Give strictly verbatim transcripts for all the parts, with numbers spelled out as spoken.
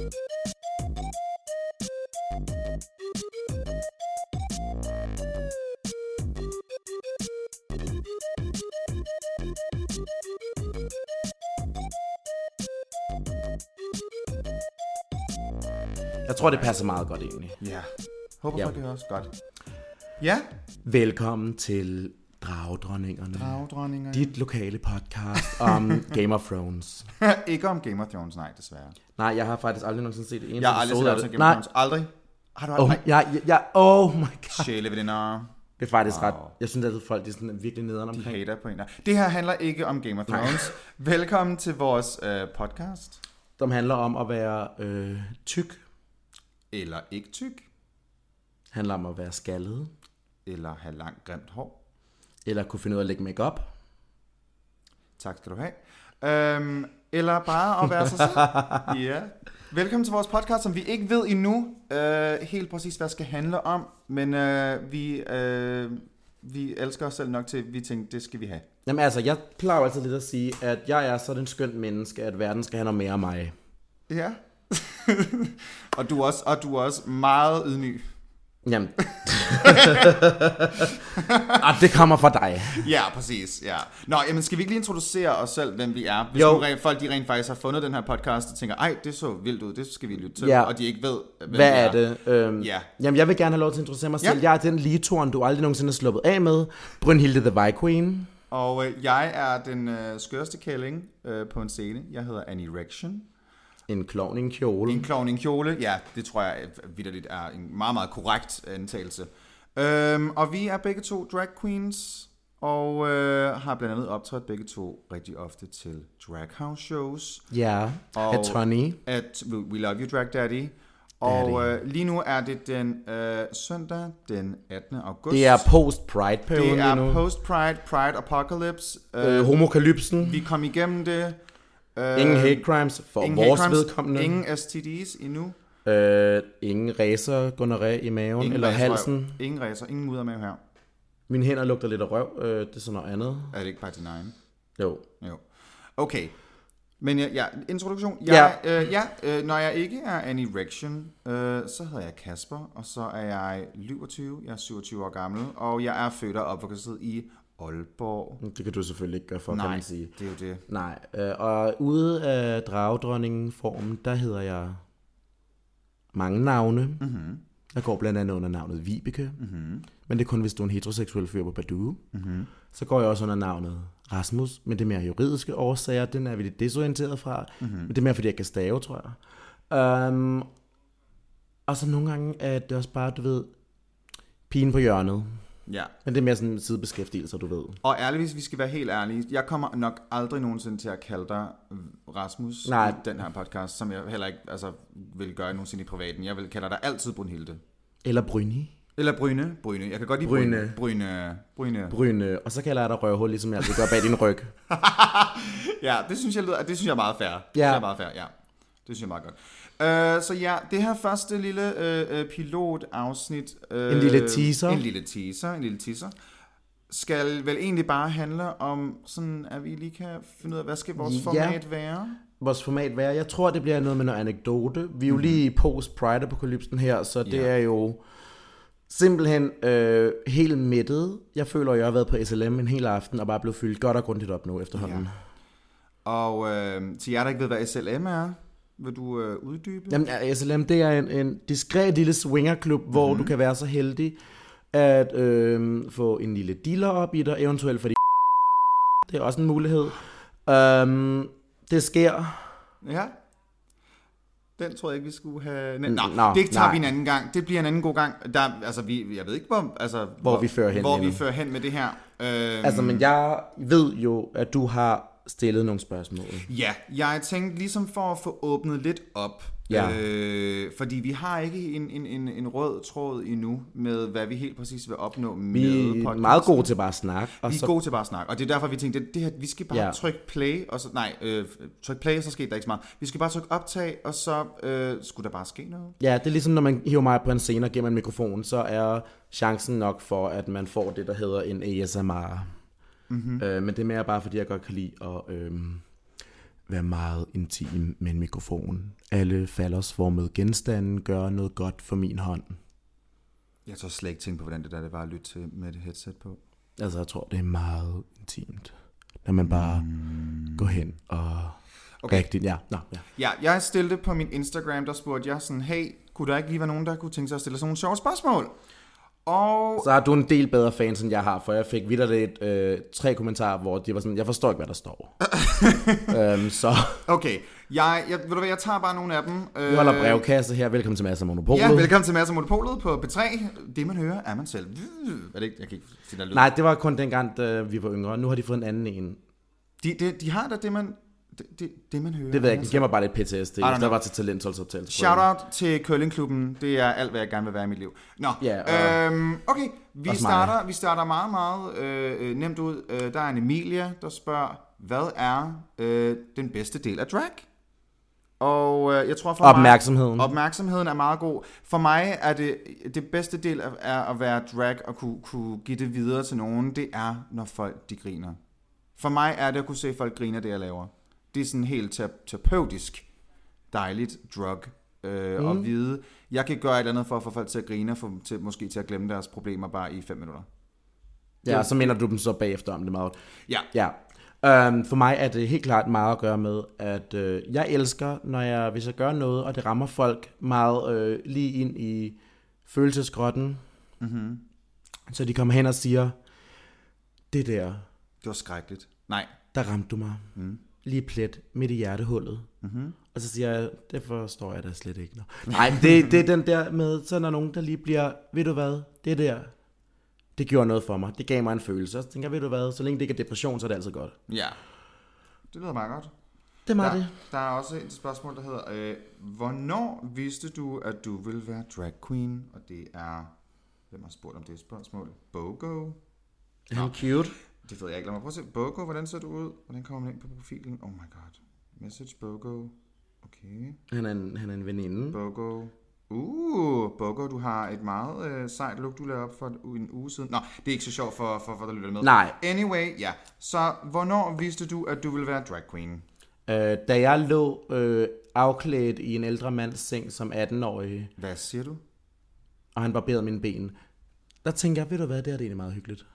Jeg tror, det passer meget godt egentlig. Ja. Håber ja. Det er også godt. Ja. Velkommen til Dragedronningerne. Dragedronningerne. Dit lokale podcast om Game of Thrones. Ikke om Game of Thrones, nej, desværre. Nej, jeg har faktisk aldrig nogensinde set det ene. Jeg har aldrig set det. Game of Thrones. Aldrig. Har du aldrig? Oh, ja, ja, oh my god. Sjæleveninder. Det er faktisk wow. ret. Jeg synes, at folk de er sådan virkelig nederen omkring. De hater på en. Det her handler ikke om Game of Thrones. Velkommen til vores øh, podcast. Som handler om at være øh, tyk. Eller ikke tyk. Handler om at være skaldet. Eller have langt grimt hår. Eller kunne finde ud af at lægge make-up. Tak skal du have. Øhm, eller bare at være sig selv. Ja. Velkommen til vores podcast, som vi ikke ved endnu øh, helt præcis, hvad skal handle om. Men øh, vi, øh, vi elsker os selv nok til, at vi tænker, det skal vi have. Jamen altså, jeg plejer altid lidt at sige, at jeg er sådan en skønt menneske, at verden skal have noget mere af mig. Ja. og, du er også, og du er også meget ydmyg. Jamen. ah, det kommer fra dig. Ja, præcis. Ja. Nå, jamen skal vi ikke lige introducere os selv, hvem vi er? Hvis jo. nu rent, folk de rent faktisk har fundet den her podcast og tænker, ej, det så vildt ud, det skal vi lytte til. Ja. Og de ikke ved, hvem hvad vi er. er det? Øhm, ja. Jamen, jeg vil gerne have lov til at introducere mig selv. Ja. Jeg er den ligetårn, du aldrig nogensinde har sluppet af med. Brynhilde the Vi Queen. Og øh, jeg er den øh, skørste kælling øh, på en scene. Jeg hedder Annie Rection. En klovn i en kjole. En klovn i en kjole, ja, det tror jeg vitterligt er en meget, meget korrekt antagelse. Øhm, og vi er begge to drag queens, og øh, har blandt andet optrådt begge to rigtig ofte til drag house shows. Ja, at Tony. At We Love You Drag Daddy. Og øh, lige nu er det den øh, søndag, den attende august. Det er post-Pride-perioden Det er nu. post-Pride, Pride Apocalypse. Øh, homokalypsen. Vi kom igennem det. Uh, ingen hate crimes for ingen vores crimes, vedkommende. Ingen S T Ds endnu. Uh, ingen racer, gonorré i maven ingen eller halsen. Ingen racer, ingen muddermave her. Mine hænder lugter lidt af røv. Uh, det er sådan noget andet. Er det ikke bare til nine? Jo. Jo. Okay. Men ja, ja introduktion. Jeg, ja. Øh, ja øh, når jeg ikke er Annie Rection, øh, så hedder jeg Kasper, og så er jeg syvogtyve. Jeg er syvogtyve år gammel, og jeg er født og opvokset i Aalborg. Det kan du selvfølgelig ikke gøre for, Nej, kan man sige. det er jo det. Nej, øh, og ude af dragedronningen-formen, der hedder jeg mange navne. Mm-hmm. Jeg går blandt andet under navnet Vibeke, mm-hmm. men det er kun, hvis du er en heteroseksuel fyr på Badoo. Mm-hmm. Så går jeg også under navnet Rasmus, men det er mere juridiske årsager. Den er vi lidt desorienteret fra, mm-hmm. men det er mere, fordi jeg kan stave, tror jeg. Um, og så nogle gange er det også bare, du ved, pigen på hjørnet. Ja. Men det er mere sådan en sidebeskæftigelse, du ved. Og ærligvis, vi skal være helt ærlige. Jeg kommer nok aldrig nogensinde til at kalde dig Rasmus Nej. i den her podcast, som jeg heller ikke altså, vil gøre nogensinde i privaten. Jeg vil kalde dig altid Brynhilde. Eller Bryni. Eller Bryne. Bryne. Jeg kan godt lide Bryne. Bryne. Bryne. Bryne. Og så kalder jeg dig røvhul, ligesom jeg altid gør bag din ryg. Ja, det synes jeg lyder, det synes jeg er meget fair. Det ja. synes jeg er meget fair, ja. Det synes jeg er meget godt. Uh, så ja, det her første lille uh, uh, pilotafsnit. Uh, en lille teaser. En lille teaser, en lille teaser. Skal vel egentlig bare handle om, sådan at vi lige kan finde ud af, hvad skal vores ja. format være? Vores format være? Jeg tror, det bliver noget med noget anekdote. Vi er jo mm-hmm. lige post-Pride-apokalypsen her, så det ja. er jo simpelthen øh, helt mættet. Jeg føler, at jeg har været på S L M en hel aften, og bare blevet fyldt godt og grundigt op nu efterhånden. Ja. Og øh, til jer, der ikke ved, hvad S L M er, vil du øh, uddybe? Jamen, S L M, det er en, en diskret lille swingerklub, mm-hmm. hvor du kan være så heldig at øh, få en lille dealer op i dig, eventuelt fordi det er også en mulighed. Um, det sker. Ja. Den tror jeg ikke, vi skulle have... Nå, Nå det tager nej. vi en anden gang. Det bliver en anden god gang. Der, altså, vi, jeg ved ikke, hvor, altså, hvor, hvor vi fører hen, hvor vi fører hen med det her. Øhm, altså, men jeg ved jo, at du har stillet nogle spørgsmål. Ja, jeg tænkte ligesom for at få åbnet lidt op. Ja. Øh, fordi vi har ikke en, en, en, en rød tråd endnu med, hvad vi helt præcis vil opnå vi med podcasten. Vi er meget gode til bare at snakke. Og vi er så... gode til bare at snakke. Og det er derfor, vi tænkte, det, det her, vi skal bare ja. trykke play. Og så, nej, øh, trykke play, så skete der ikke så meget. Vi skal bare trykke optag, og så øh, skulle der bare ske noget. Ja, det er ligesom, når man hiver mig på en scene og giver mig en mikrofon, så er chancen nok for, at man får det, der hedder en A S M R. Mm-hmm. Øh, men det er mere bare, fordi jeg godt kan lide at... Øh, være meget intim med en mikrofon. Alle faldersformede genstande gør noget godt for min hånd. Jeg tror slet ikke tænke på, hvordan det der det var at lytte til med et headset på. Altså, jeg tror, det er meget intimt. Når man bare mm. går hen og... Okay. Rigtigt, ja. Nå, ja. Ja, jeg stillede på min Instagram, der spurgte jeg sådan, hey, kunne der ikke lige være nogen, der kunne tænke sig at stille sådan nogle sjove spørgsmål? Og... Så har du en del bedre fans, end jeg har, for jeg fik vitterligt øh, tre kommentarer, hvor de var sådan, jeg forstår ikke, hvad der står. øhm, så... Okay, jeg, jeg, ved du hvad, jeg tager bare nogle af dem. Vi holder brevkasse her. Velkommen til Mads og Monopolet. Ja, velkommen til Mads og Monopolet på B tre. Det, man hører, er man selv. Er det ikke? Jeg kan ikke sige der lyd. Nej, det var kun dengang, da vi var yngre. Nu har de fået en anden en. De, de, de har da det, man... Det, det, det man hører. Det ved jeg ikke. Det giver mig bare lidt P T S D. Der var til talentholdsoptagelse. Shout out til curlingklubben. Det er alt, hvad jeg gerne vil være i mit liv. Nå, ja, øhm, okay. Vi starter, vi starter meget, meget øh, nemt ud. Øh, der er en Emilia, der spørger, hvad er øh, den bedste del af drag? Og øh, jeg tror for opmærksomheden. mig... Opmærksomheden er meget god. For mig er det, det bedste del af, af at være drag og kunne, kunne give det videre til nogen, det er, når folk de griner. For mig er det at kunne se folk grine af det, jeg laver. Det er sådan helt terapeutisk dejligt drug øh, mm. at vide. Jeg kan gøre et eller andet for at få folk til at grine og få dem til, måske til at glemme deres problemer bare i fem minutter. Ja, så minder du dem så bagefter om det meget. Ja. ja. Um, for mig er det helt klart meget at gøre med, at øh, jeg elsker, når jeg, hvis jeg gør noget, og det rammer folk meget øh, lige ind i følelsesgrotten, mm-hmm. så de kommer hen og siger, det der... Det var skrækkeligt. Nej. Der ramte du mig. Mm. Lige plet midt i hjertehullet. Mm-hmm. Og så siger jeg, det forstår jeg da slet ikke. Nej, det, det er den der med, så når nogen der lige bliver, ved du hvad, det der, det gjorde noget for mig. Det gav mig en følelse. Og så tænker jeg, ved du hvad, så længe det ikke er depression, så er det altid godt. Ja, det lyder meget godt. Det er meget der, det. Der er også et spørgsmål, der hedder, øh, hvornår vidste du, at du ville være drag queen? Og det er, hvem har spurgt om det spørgsmål? Bogo? Er han cute? Det ved jeg ikke. Lad mig prøve at se. Bogo, hvordan ser du ud? Hvordan kommer man ind på profilen? Oh my god. Message Bogo. Okay. Han er en, han er en veninde. Bogo. Uh, Bogo, du har et meget øh, sejt look, du lavede op for en uge siden. Nå, det er ikke så sjovt for, for, for der lytter med. Nej. Anyway, ja. Så, hvornår vidste du, at du ville være drag queen? Øh, da jeg lå øh, afklædt i en ældre mands seng som atten-årig. Hvad siger du? Og han barberede mine ben. Der tænker jeg, ved du hvad, det er det egentlig meget hyggeligt.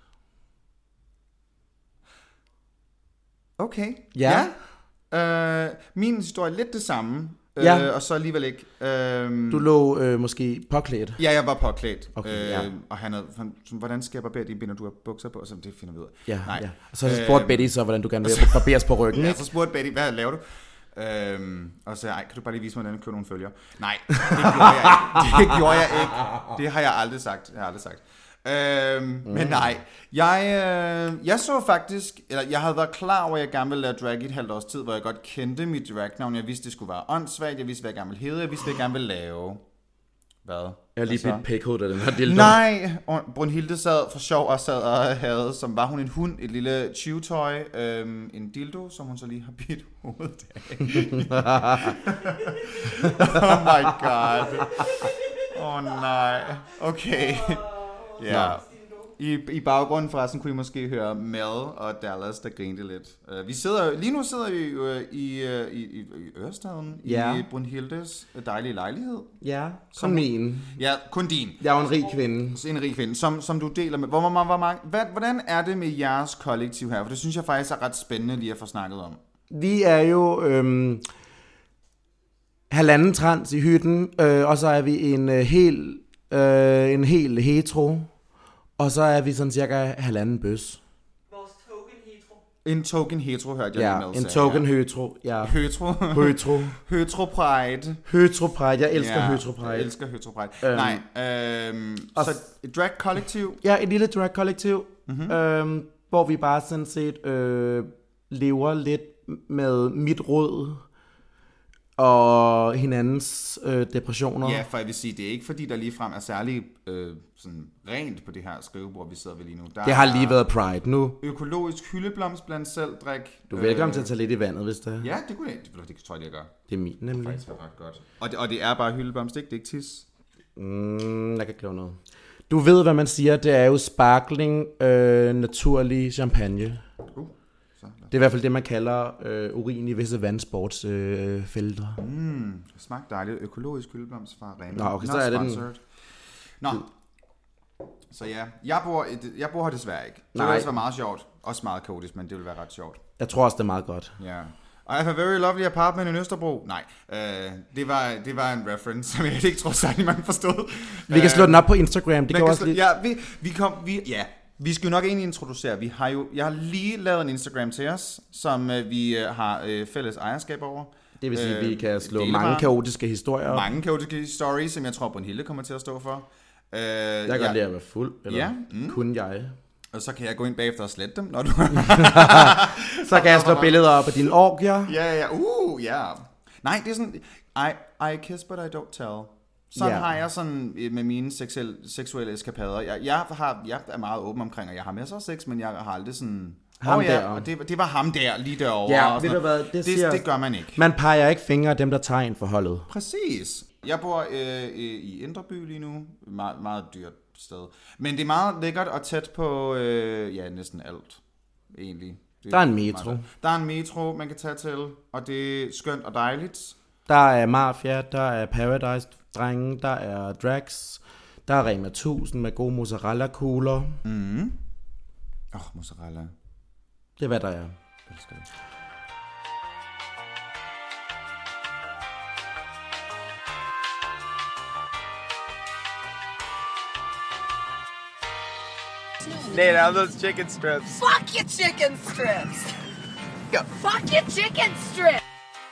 Okay. Ja. ja. Øh, min historie er lidt det samme. Ja. Øh, og så alligevel ikke. Øh, du lå øh, måske påklædt? Ja, jeg var påklædt. Okay, ja. øh, og han havde, han, hvordan skal jeg barbere dine ben, når du har bukser på? Så det finder vi ud af. Ja, Nej. ja. Og så spurgte øh, Betty så, hvordan du gerne vil barberes på ryggen. Ja, så spurgte Betty, hvad laver du? Øhm, og så ej, kan du bare lige vise mig, hvordan jeg kører nogle følger? Nej, det gjorde jeg ikke. Det gjorde jeg ikke. Det har jeg aldrig sagt. Jeg har aldrig sagt. Øhm, mm. Men nej, jeg, øh, jeg så faktisk, eller jeg havde været klar over, at jeg gerne ville lave drag i et halvt års tid, hvor jeg godt kendte mit dragnavn. Jeg vidste, det skulle være åndssvagt. Jeg vidste, hvad jeg gerne ville hedde. Jeg vidste, hvad jeg gerne ville lave. Hvad? Jeg har lige altså, blivet pækhovedet af den her dildo. Nej, Brunhilde sad for sjov og sad og havde, som var hun en hund, et lille chew-toy, øhm, en dildo, som hun så lige har bidt hovedet af. Oh my god. Åh oh, nej. Okay. Ja. Yeah. I, I baggrunden forresten kunne I måske høre Mel og Dallas, der grinte lidt. Uh, vi sidder, lige nu sidder vi jo uh, i, uh, i, i Ørestaden, ja. I Brunhildes dejlige lejlighed. Ja, kun min. Ja, kun din. Jeg er jo en rig kvinde. Så en rig kvinde, som, som du deler med. Hvor, hvor, hvor mange, hvad, hvordan er det med jeres kollektiv her? For det synes jeg faktisk er ret spændende lige at få snakket om. Vi er jo øhm, halvanden trans i hytten, øh, og så er vi en øh, hel, øh, en hel hetero. Og så er vi sådan cirka halvanden bøs. Vores token hetero. En token hetero, hørte jeg ja, lige med. En token ja. hetero. Ja. Hetero. Hetero. Hetero pride. Hetero pride. Jeg elsker ja, hetero pride. Jeg elsker hetero pride. Øhm, Nej. Øhm, så et drag kollektiv. Ja, et lille drag kollektiv. Mm-hmm. Øhm, hvor vi bare sådan set øh, lever lidt med mit råd og hinandens øh, depressioner. Ja, for jeg vil sige, det er ikke fordi, der ligefrem er særlig øh, sådan rent på det her skrivebord, vi sidder ved lige nu. Der det har lige været Pride nu. Økologisk hyldeblomst blandt selv drik. Du er velkommen øh, til at tage lidt i vandet, hvis det er. Ja, det kunne jeg. Det, det tror jeg, jeg gør. Det er min nemlig. Det er faktisk ret godt. Og det, og det er bare hyldeblomst, ikke? Det er ikke tis. Mm, jeg kan ikke lave noget. Du ved, hvad man siger. Det er jo sparkling, øh, naturlig champagne. Uh. Så, det er i hvert fald det, man kalder øh, urin i visse vandsportsfelter. Øh, mm, det smagte dejligt. Økologisk hyldeblomst fra Rema. Nå, okay, så er det den. Nå, så ja, jeg bor, jeg bor her desværre ikke. Så Nej. det ville være meget sjovt. Også meget kaotisk, men det ville være ret sjovt. Jeg tror også, det er meget godt. Ja. Yeah. I have a very lovely apartment in Østerbro. Nej, øh, det, var, det var en reference, som jeg ikke tror særlig mange forstod. Vi kan slå den op på Instagram. Det kan også slå, lidt... Ja, vi, vi kom... Vi, ja. Vi skal jo nok egentlig introducere. Vi har jo, jeg har lige lavet en Instagram til os, som øh, vi øh, har øh, fælles ejerskab over. Det vil sige, at vi kan slå dele mange bare. kaotiske historier op. Mange kaotiske stories, som jeg tror, Brunhilde kommer til at stå for. Øh, jeg kan godt lide at være fuld, eller ja, mm. kun jeg. Og så kan jeg gå ind bagefter og slette dem, når du... Så kan jeg slå billeder op af dine orgier. Ja, ja, uh, ja. Yeah. Nej, det er sådan... I, I kiss, but I don't tell. Sådan yeah. har jeg sådan med mine seksuelle, seksuelle eskapader. Jeg, jeg, har, jeg er meget åben omkring, og jeg har masser af sex, men jeg har aldrig sådan... Ham oh, ja, der. og det, det var ham der, lige derovre. Ja, og ved du hvad, det, det, siger, det gør man ikke. Man peger ikke fingre af dem, der tager en forholdet. Præcis. Jeg bor øh, i Indre By lige nu. Meget, meget dyrt sted. Men det er meget lækkert og tæt på, øh, ja, næsten alt, egentlig. Det der er en metro. Meget, der er en metro, man kan tage til, og det er skønt og dejligt. Der er Mafia, der er Paradise-drenge, der er Drags, der er Rema tusind med gode mozzarella-kugler. Mhm. Åh, oh, mozzarella. Det er, hvad der er. Jeg elsker det. Nate, how are those chicken strips? Fuck your chicken strips! Fuck your chicken strips!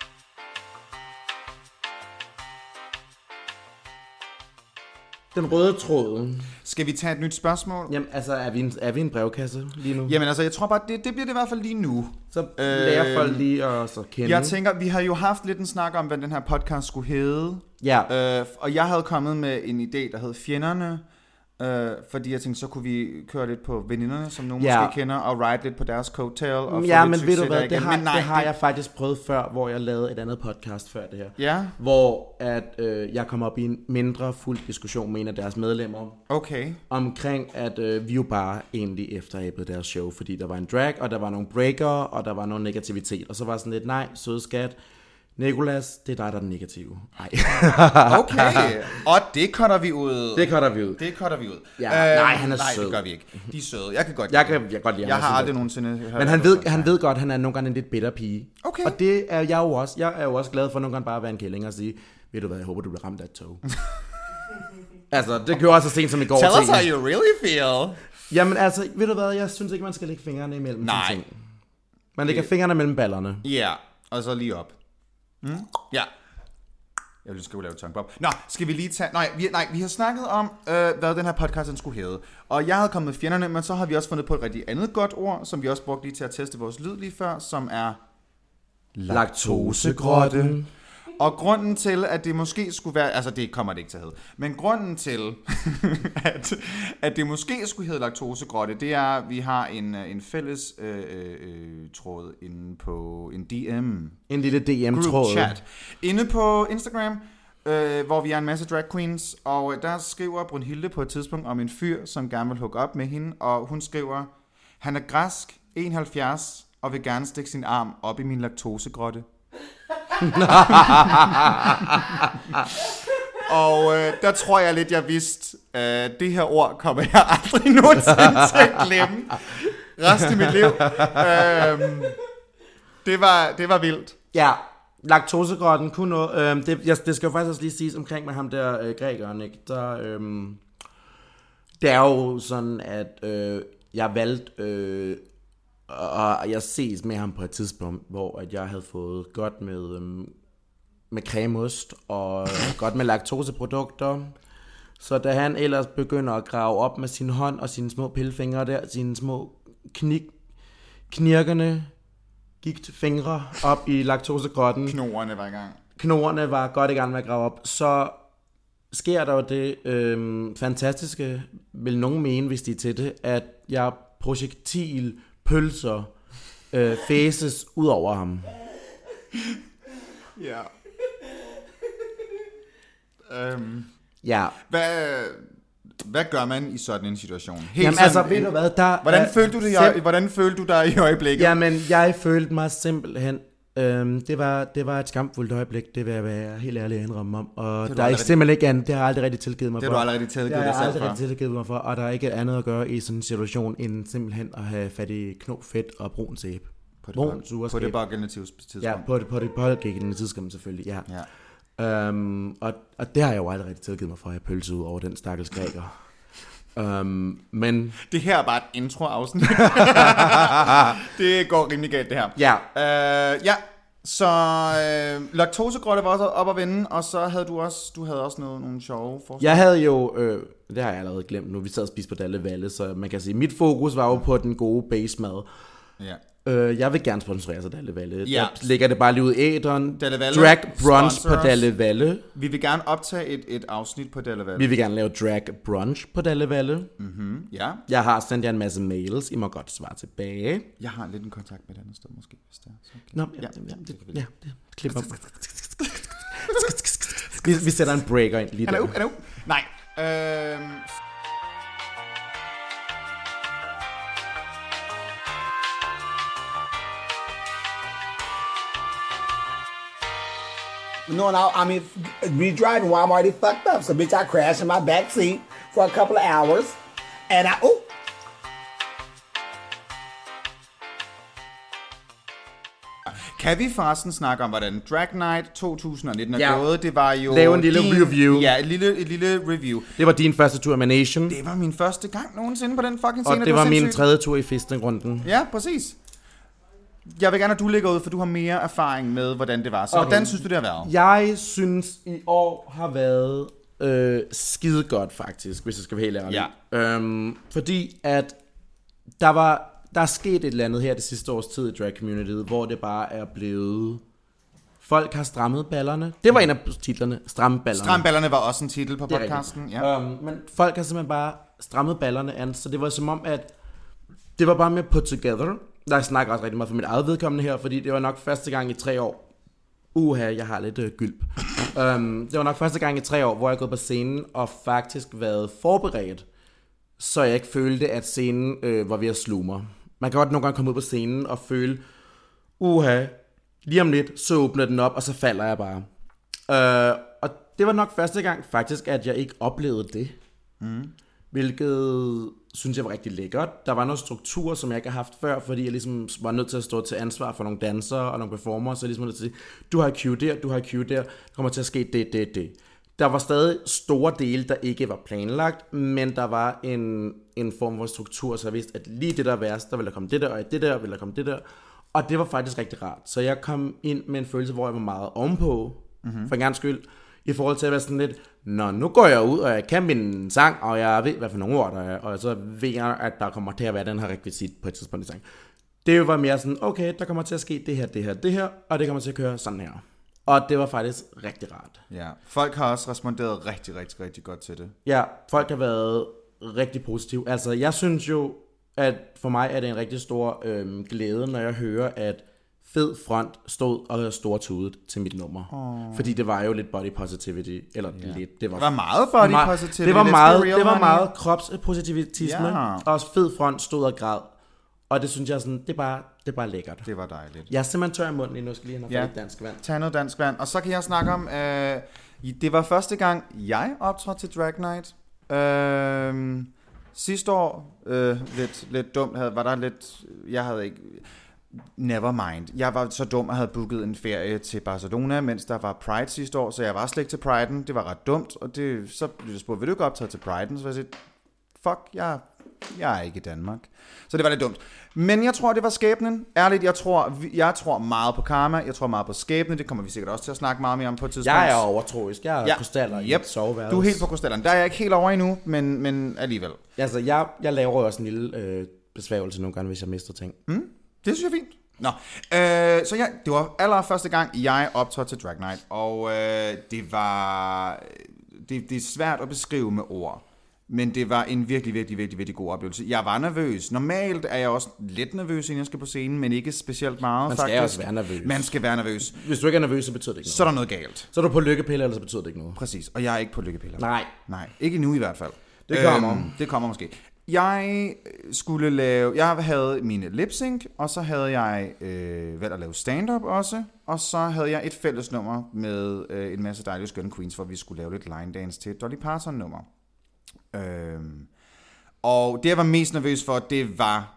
Den røde tråd. Skal vi tage et nyt spørgsmål? Jamen, altså, er vi en, er vi en brevkasse lige nu? Jamen, altså, jeg tror bare, det, det bliver det i hvert fald lige nu. Så lærer folk lige at så kende. Jeg tænker, vi har jo haft lidt en snak om, hvad den her podcast skulle hedde. Ja. Øh, og jeg havde kommet med en idé, der hed Fjenderne. Øh, fordi jeg tænkte, så kunne vi køre lidt på veninderne, som nogen ja. måske kender, og ride lidt på deres coattail. Og ja, få men lidt ved du hvad, det igen. har, nej, det har det... jeg faktisk prøvet før, hvor jeg lavede et andet podcast før det her. Ja. Hvor at, øh, jeg kom op i en mindre fuld diskussion med en af deres medlemmer. Okay. Omkring, at øh, vi jo bare egentlig efteræbede deres show, fordi der var en drag, og der var nogle breaker, og der var noget negativitet. Og så var sådan lidt, nej, søde skat, Nicolas, det er dig, der er den negative. Nej. Okay, og det cutter vi ud. Det cutter vi ud. Det cutter vi ud. Ja, øh, nej, han er nej, sød. Nej, det gør vi ikke. De er søde. Jeg kan godt jeg kan, jeg kan godt lide Jeg ham, har aldrig det. nogensinde hørt. Men han ved, han ved godt, at han er nogle gange en lidt bitter pige. Okay. Og det er jeg jo også. Jeg er jo også glad for nogle gange bare at være en kælling og sige, ved du hvad, jeg håber, du bliver ramt af et tog. Altså, det gjorde jeg så sent som i går. Tell us how you really feel. Jamen altså, ved du hvad, jeg synes ikke, man skal lægge fingrene imellem. Nej. Ting. Man lægger fingrene mellem ballerne. Ja, yeah. Og så lige op. Mm? Ja. Jeg vil skrive lave tongue-pop. Nå, skal vi lige tage... Nej, vi, nej, vi har snakket om, øh, hvad den her podcast den skulle hedde. Og jeg havde kommet med fjenderne, men så har vi også fundet på et rigtig andet godt ord, som vi også brugte lige til at teste vores lyd lige før, som er... Laktosegrotte. Og grunden til, at det måske skulle være... Altså, det kommer det ikke til at hedde. Men grunden til, at, at det måske skulle hedde laktosegrotte, det er, at vi har en, en fælles øh, øh, tråd inde på en D M. En lille D M-tråd. Group chat. Inde på Instagram, øh, hvor vi er en masse drag queens. Og der skriver Brunhilde på et tidspunkt om en fyr, som gerne vil hooke op med hende. Og hun skriver, han er græsk, enoghalvfjerds, og vil gerne stikke sin arm op i min laktosegrotte. Og øh, der tror jeg lidt, jeg vidste, øh, det her ord kommer jeg aldrig nogensinde til at glemme resten af mit liv. Øh, det, var, det var vildt. Ja, laktosegrotten kunne noget. Øh, det, jeg, det skal jo faktisk også lige siges omkring med ham der øh, grækeren, ikke? Der, øh, det er jo sådan, at øh, jeg valgte... Øh, og jeg ses med ham på et tidspunkt, hvor at jeg havde fået godt med, øhm, med cremeost og godt med laktoseprodukter. Så da han ellers begynder at grave op med sin hånd og sine små pillefingre der, sine små knik, knirkende gigtfingre op i laktosegrotten. Knorene var i gang. Knorene var godt i gang med at grave op. Så sker der jo det øhm, fantastiske, vil nogen mene, hvis de er til det, at jeg projektil pølser øh, fæses ud over ham. Ja. Um, Ja. hvad, Hvad gør man i sådan en situation? Helt Jamen sådan, altså, ved du hvad, der... Hvordan, er følte du det i, sim- hvordan følte du dig i øjeblikket? Jamen, jeg følte mig simpelthen... Øhm, det, var, det var et skamfuldt øjeblik, det vil jeg være helt ærlig at indrømme om. Og der er ikke simpelthen ikke andet, det har jeg aldrig rigtig tilgivet mig det for. Det har du aldrig tilgivet dig selv for. Det har jeg aldrig rigtig tilgivet mig for, og der er ikke andet at gøre i sådan en situation, end simpelthen at have fat i kno, fedt og brun sæbe. På det, brun, sure på det pågældende tidspunkt. Ja, på det, på det pågældende tidspunkt selvfølgelig, ja. ja. Øhm, og, og det har jeg jo aldrig rigtig tilgivet mig for, at jeg pølse ud over den stakkels græker. Um, men det her er bare et intro-afsnit. Det går rimelig galt, det her. Ja. Uh, ja, så øh, laktosegrotte var også op at vende, og så havde du også, du havde også noget, nogle sjove forslag. Jeg havde jo, øh, det har jeg allerede glemt nu, vi sad og spiste på Dalle Valle, så man kan sige, mit fokus var jo på den gode base mad. Ja. Øh, jeg vil gerne sponsorere sig Dalle Valle. Ja. Der ligger det bare lige ud i æderen. Dalle Valle, drag brunch på sponsors. Dalle Valle. Vi vil gerne optage et, et afsnit på Dalle Valle. Vi vil gerne lave drag brunch på Dalle Valle. Mhm, ja. Jeg har sendt jer en masse mails, I må godt svare tilbage. Jeg har lidt en kontakt med et andet sted måske, hvis det er. Så okay. Nå, ja, ja, ja, det, ja, det klipper. vi, vi sætter en breaker ind lige der. Er det up? Nej. Øhm... No, no, I mean, me driving while I'm already fucked up. So, bitch, I crashed in my back seat for a couple of hours. And I, oh. Kan vi forresten snakke om, hvordan Drag Night to tusind nitten er Ja. gået? Det var jo Lave en lille din, review. Ja, et lille, et lille review. Det var din første tur med Nation. Det var min første gang nogensinde på den fucking Og scene. det var min sindssygt. tredje tur i Fistenrunden. Ja, præcis. Jeg vil gerne, at du ligger ud, for du har mere erfaring med, hvordan det var. Så Okay. hvordan synes du, det har været? Jeg synes, i år har været øh, skide godt faktisk, hvis jeg skal være helt ærlig. Ja. Øhm, fordi at der var der er sket et eller andet her det sidste års tid i drag communityet, hvor det bare er blevet... Folk har strammet ballerne. Det var en af titlerne, stramme ballerne. Stramballerne var også en titel på Det er podcasten. rigtigt. Ja. Um, men folk har simpelthen bare strammet ballerne an, så det var som om, at det var bare mere put together. Der snakker også rigtig meget for mit eget vedkommende her, fordi det var nok første gang i tre år. Uha, jeg har lidt øh, gylp. um, det var nok første gang i tre år, hvor jeg er gået på scenen og faktisk været forberedt, så jeg ikke følte, at scenen øh, var ved at sluge mig. Man kan godt nogle gange komme ud på scenen og føle, uha, lige om lidt, så åbner den op, og så falder jeg bare. Uh, og det var nok første gang faktisk, at jeg ikke oplevede det. Mm. Hvilket synes jeg var rigtig lækkert. Der var noget struktur, som jeg ikke har haft før, fordi jeg ligesom var nødt til at stå til ansvar for nogle dansere og nogle performere, så jeg ligesom nødt til at sige, du har cue der, du har cue der, der kommer til at ske det, det, det. Der var stadig store dele, der ikke var planlagt, men der var en, en form for struktur, så jeg vidste, at lige det der værste, der ville der komme det der, og det der ville der komme det der. Og det var faktisk rigtig rart. Så jeg kom ind med en følelse, hvor jeg var meget ovenpå, mm-hmm. for en gang skyld, i forhold til at være sådan lidt, nå, nu går jeg ud, og jeg kan min sang, og jeg ved, hvad for nogle ord der er, og så ved jeg, at der kommer til at være den her rekvisit på et tidspunkt i sang. Det var mere sådan, okay, der kommer til at ske det her, det her, det her, og det kommer til at køre sådan her. Og det var faktisk rigtig rart. Ja, folk har også responderet rigtig, rigtig, rigtig godt til det. Ja, folk har været rigtig positive. Altså, jeg synes jo, at for mig er det en rigtig stor øhm, glæde, når jeg hører, at Fed Front stod og stortudet til mit nummer. Oh. Fordi det var jo lidt body positivity, eller yeah. lidt. Det var, det var meget body meget, positivity. Det var Let's meget, real, det var honey. meget kropspositivisme. Ja. Og også Fed Front stod og græd. Og det synes jeg sådan, det er bare, det er bare lækkert. Det var dejligt. Jeg er simpelthen tør i munden lige nu, skal lige have Ja. noget dansk vand. Tag noget dansk vand. Og så kan jeg snakke om, øh, det var første gang, jeg optrådte til Drag Night. Øh, sidste år, øh, lidt, lidt dumt, havde, var der lidt, jeg havde ikke, never mind. Jeg var så dum og havde booket en ferie til Barcelona, mens der var Pride sidste år, så jeg var slet ikke til Pride'en. Det var ret dumt, og det, så blev jeg spurgt, vil du ikke optræde til Pride'en? Så jeg sagde, fuck, jeg, jeg er ikke i Danmark. Så det var lidt dumt. Men jeg tror, det var skæbnen. Ærligt, jeg tror, jeg tror meget på karma. Jeg tror meget på skæbnen. Det kommer vi sikkert også til at snakke meget mere om på et tidspunkt. Jeg er overtroisk. Jeg er Ja. krystaller i Yep. et soveværelse. Du er helt på krystallerne. Der er jeg ikke helt over endnu, men, men alligevel. Altså, jeg, jeg laver også en lille øh, besværgelse nogle gange, hvis jeg mister ting. Mm, det synes jeg er fint. Nå, øh, så ja, det var allerførste gang, jeg optrådte til Drag Night, og øh, det var, det, det er svært at beskrive med ord, men det var en virkelig, virkelig, virkelig, virkelig god oplevelse. Jeg var nervøs. Normalt er jeg også lidt nervøs, inden jeg skal på scenen, men ikke specielt meget, Man skal faktisk. også være nervøs. Man skal være nervøs. Hvis du ikke er nervøs, så betyder det ikke noget. Så er der noget galt. Så er du på lykkepille, eller så betyder det ikke noget. Præcis, og jeg er ikke på lykkepiller. Nej. Nej, ikke nu i hvert fald. Det kommer. Øhm, det kommer måske. Jeg skulle lave, jeg havde mine lip-sync, og så havde jeg øh, valgt at lave stand-up også, og så havde jeg et fælles nummer med øh, en masse dejlige skønne queens, hvor vi skulle lave lidt line dance til et Dolly Parton nummer. Øhm, og det jeg var mest nervøs for, det var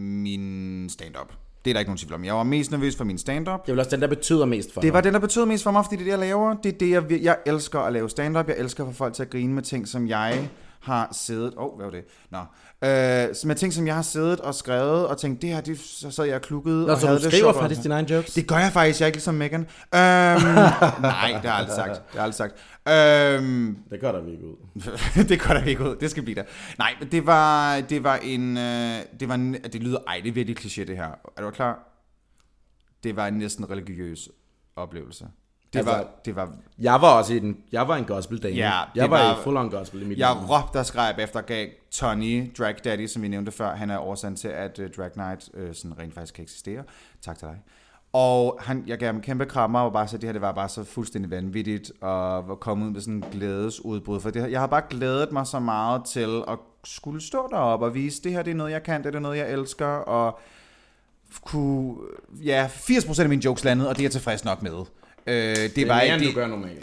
min stand-up. Det er der ikke nogen tvivl om. Jeg var mest nervøs for min stand-up. Det er vel også den, der betyder mest for Det mig. var den, der betød mest for mig, fordi det er det, jeg laver. Det er det, jeg, vil. Jeg elsker at lave stand-up. Jeg elsker at få folk til at grine med ting, som jeg har siddet... Åh, oh, hvad var det? Nå. Øh, med ting, som jeg har siddet og skrevet og tænkt, det her, det, så sad jeg og klukkede. Nå, og så havde du det skriver sjovt. faktisk dine egne jokes? Det gør jeg faktisk. Jeg er ikke ligesom Megan. Øhm, nej, det har jeg aldrig sagt. Det har jeg aldrig sagt. Øhm, det gør der virkelig ud. det gør der virkelig ud. Det skal blive der. Nej, men det var, det var en... Øh, det, var en det lyder... Ej, det er virkelig kliché, det her. Er du klar? Det var en næsten religiøs oplevelse. Det altså, var, det var... Jeg var også i den... Jeg var en gospel-dame. Ja, jeg var, var i full-on gospel i mit Jeg liv. råbte og skreg efter gav Tony, Drag Daddy, som vi nævnte før. Han er årsagen til, at uh, Drag Night uh, sådan rent faktisk kan eksistere. Tak til dig. Og han, jeg gav ham en kæmpe krammer, og bare så det her, det var bare så fuldstændig vanvittigt, og var kommet ud med sådan en glædesudbrud. For det, jeg har bare glædet mig så meget til at skulle stå deroppe og vise, det her, det er noget, jeg kan, det er noget, jeg elsker, og kunne, ja, firs procent af mine jokes landede, og det er jeg tilfreds nok med. Øh, det, det er var mere, ikke, end det, du gør normalt.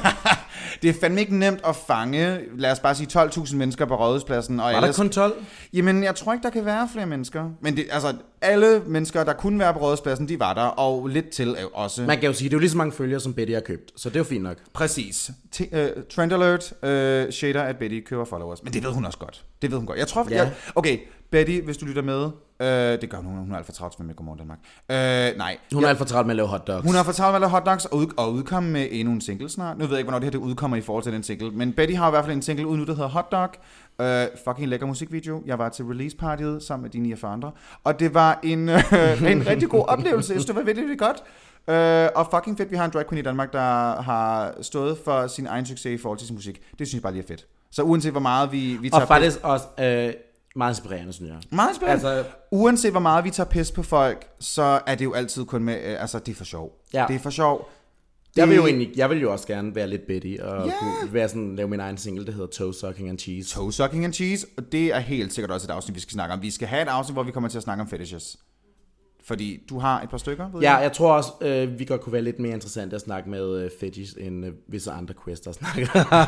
det er fandme ikke nemt at fange, lad os bare sige tolv tusind mennesker på Rådhuspladsen. Og var ellers, der kun tolv? Jamen, jeg tror ikke, der kan være flere mennesker. Men det, altså, alle mennesker, der kunne være på Rådhuspladsen, de var der, og lidt til også. Man kan jo sige, det er jo lige så mange følgere, som Betty har købt, så det er jo fint nok. Præcis. T- uh, trend alert, uh, shader, at Betty køber followers. Men det ved hun også godt. Det ved hun godt. Jeg tror, Ja. jeg, okay, Betty, hvis du lytter med, uh, det gør hun, hun er alt for travlt med Godmorgen Danmark. Uh, nej. Hun er alt for travlt med at lave hotdogs. Hun har fortalt, at lave hotdogs og, ud, og udkomme med endnu en single snart. Nu ved jeg ikke, hvornår det her det udkommer i forhold til den single. Men Betty har i hvert fald en single ud nu, der hedder Hotdog. Uh, fucking lækker musikvideo. Jeg var til release-partiet sammen med de niogfyrre andre. Og det var en, uh, en rigtig god oplevelse. Jeg synes, det var virkelig, virkelig godt. Uh, og fucking fedt, vi har en drag queen i Danmark, der har stået for sin egen succes i forhold til sin musik. Det synes jeg bare lige er fedt. Så uanset hvor meget vi, vi tager... Og faktisk pis, også øh, meget inspirerende, synes jeg. Meget inspirerende. Altså, uanset hvor meget vi tager pis på folk, så er det jo altid kun med... Uh, altså, det er for sjov. Ja. Det er for sjov. Jeg vil, jo egentlig, jeg vil jo også gerne være lidt Betty og Yeah. kunne være sådan, lave min egen single, der hedder Toe Sucking and Cheese. Toe Sucking and Cheese, og det er helt sikkert også et afsnit, vi skal snakke om. Vi skal have et afsnit, hvor vi kommer til at snakke om fetishes. Fordi du har et par stykker, ved Ja, jeg? jeg tror også, øh, vi godt kunne være lidt mere interessant at snakke med øh, fetish, end øh, visse andre quester snakker.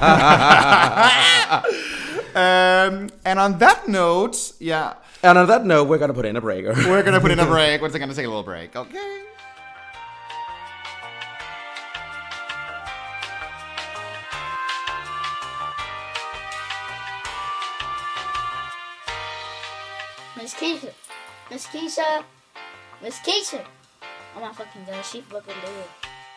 um, and on that note, yeah. And on that note, we're gonna put in a breaker. We're gonna put in a break. We're gonna take a little break, okay? Miss Keisha. Miss Keisha. Miss Keisha. Oh my fucking god, she fucking dead.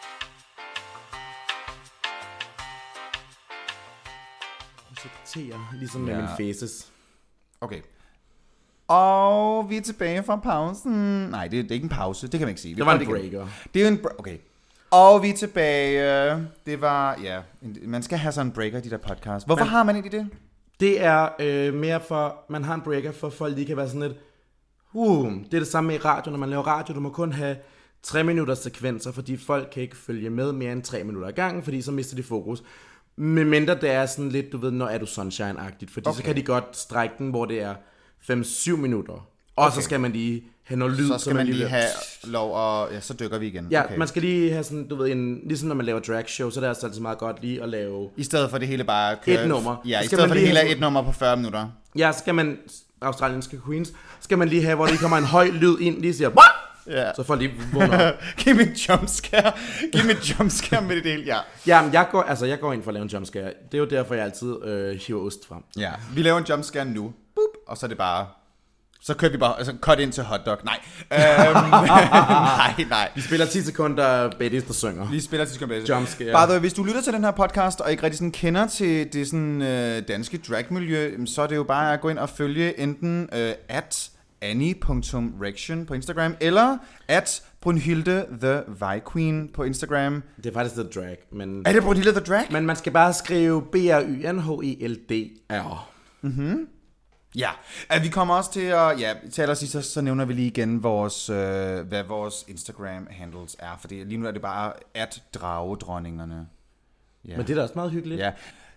Projekterer, ligesom med Ja. min faces. Okay. Og vi er tilbage fra pausen. Nej, det er, det er ikke en pause, det kan man ikke sige. Vi Det var en prøver igen. breaker. Det er jo en br- okay. Og vi er tilbage. Det var, ja, en- man skal have sådan en breaker i de der podcast. Hvorfor Man- har man egentlig det? Det er øh, mere for, man har en breaker, for folk lige kan være sådan lidt, uh, det er det samme med i radio, når man laver radio, du må kun have tre minutters sekvenser, fordi folk kan ikke følge med mere end tre minutter ad gangen, fordi så mister de fokus. Medmindre det er sådan lidt, du ved, når er du sunshine-agtigt, fordi okay. så kan de godt strække den, hvor det er fem til syv minutter, og okay. så skal man lige have noget lyd. Så skal man lige lille- have lov, og ja, så dykker vi igen. Ja, Okay. man skal lige have sådan, du ved, en, ligesom når man laver drag show, så er det altså altid meget godt lige at lave... I stedet for det hele bare kører... Et nummer. Ja, Så i skal stedet man for det lige hele er have- et nummer på fyrre minutter. Ja, så skal man, australienske queens, skal man lige have, hvor der lige kommer en høj lyd ind, lige siger, what? Ja. Så får lige vågner op. Giv mig et jumpscare. Giv mig et jumpscare med det hele, ja. Ja, men jeg går, altså, jeg går ind for at lave en jumpscare. Det er jo derfor, jeg altid øh, hiver ost frem. Ja, vi laver en jumpscare nu. Boop, og så er det bare... Så kører vi bare, altså cut ind til hotdog. Nej. Øhm, nej, nej. Vi spiller ti sekunder Betty, der synger. Vi spiller til sekunder. Jumpscare. By the way, hvis du lytter til den her podcast, og ikke rigtig sådan kender til det sådan øh, danske dragmiljø, så er det jo bare at gå ind og følge enten øh, at annie punktum rection på Instagram, eller at Brunhilde the Vi Queen på Instagram. Det er faktisk The Drag, men... Er det Brunhilde the Drag? Men man skal bare skrive B R Y N H E L D R. Ja, at vi kommer også til at, ja, til allersidst, så, så nævner vi lige igen vores, øh, hvad vores Instagram-handles er, fordi lige nu er det bare at dragedronningerne. Ja. Men det er da også meget hyggeligt. Ja.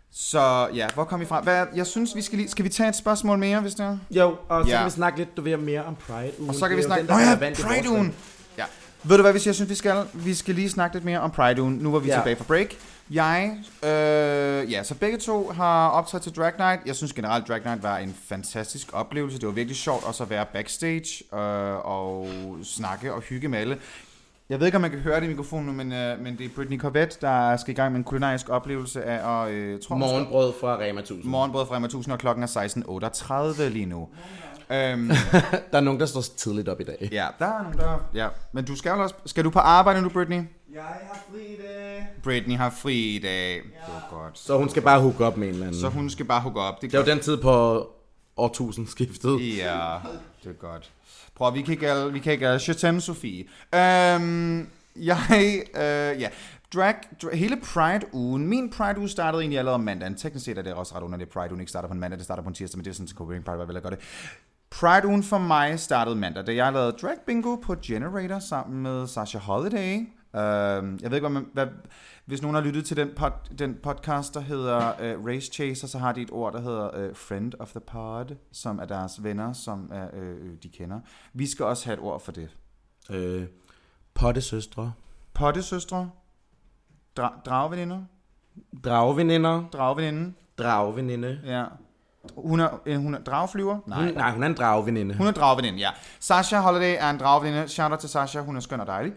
Så ja, hvor kom vi fra? Hvad, jeg synes, vi skal lige... Skal vi tage et spørgsmål mere, hvis det er? Jo, og så Ja. kan vi snakke lidt du ved, mere om Pride-ugen. Og så kan vi Det er jo snakke... den, der Nå er ja, relevant i vores Pride-ugen! land. Ja. Ved du hvad, hvis jeg synes, vi skal? Vi skal lige snakke lidt mere om Pride-ugen. Nu var vi Ja. tilbage fra break. Jeg... Øh, ja, så begge to har optrådt til Drag Night. Jeg synes generelt, Drag Night var en fantastisk oplevelse. Det var virkelig sjovt også at være backstage øh, og snakke og hygge med alle. Jeg ved ikke, om man kan høre det i mikrofonen nu, men, øh, men det er Brittany Corvette, der skal i gang med en kulinarisk oplevelse af at... Øh, tror, Morgenbrød fra Rema tusind. Morgenbrød fra Rema tusind, og klokken er seksten otteogtredive lige nu. øhm, Der er nogen, der står tidligt op i dag. ja, der er nogen, der... Ja, men du skal jo også... Skal du på arbejde nu, Brittany? Jeg har fri i dag. Brittany har fri i dag. Det var godt. Så hun skal bare hooke op med en eller anden. Så hun skal bare hooke op. Det Det er jo den tid på årtusindskiftet. Ja, det er godt. Prøv, vi kan ikke alle... Vi kan ikke alle... Je t'aime, Sofie. Øhm, jeg... Øh, ja... Drag, drag, hele Pride-ugen, min Pride-uge startede egentlig allerede om mandagen. Teknisk set er det også ret underligt, at Pride-ugen ikke starter på en mandag, det starter på en tirsdag, men det er sådan, at Copenhagen Pride var vel at gøre det. Pride-ugen for mig startede mandag, da jeg lavede drag bingo på Generator sammen med Sasha Holiday. Uh, jeg ved ikke, hvad man, hvad, hvis nogen har lyttet til den, pod, den podcast, der hedder uh, Race Chaser, så har de et ord, der hedder uh, Friend of the Pod, som er deres venner, som er, uh, de kender. Vi skal også have et ord for det. Øh, Pottesøstre. Pottesøstre. Dra- drageveninder. Dragveninder. Drageveninde. Dragveninde. Ja. Hun er, øh, hun er drageflyver? Nej. Hun, nej, hun er en dragveninde. Hun er drageveninde, ja. Sasha Holiday er en drageveninde. Shout out til Sasha, hun er skøn og dejlig.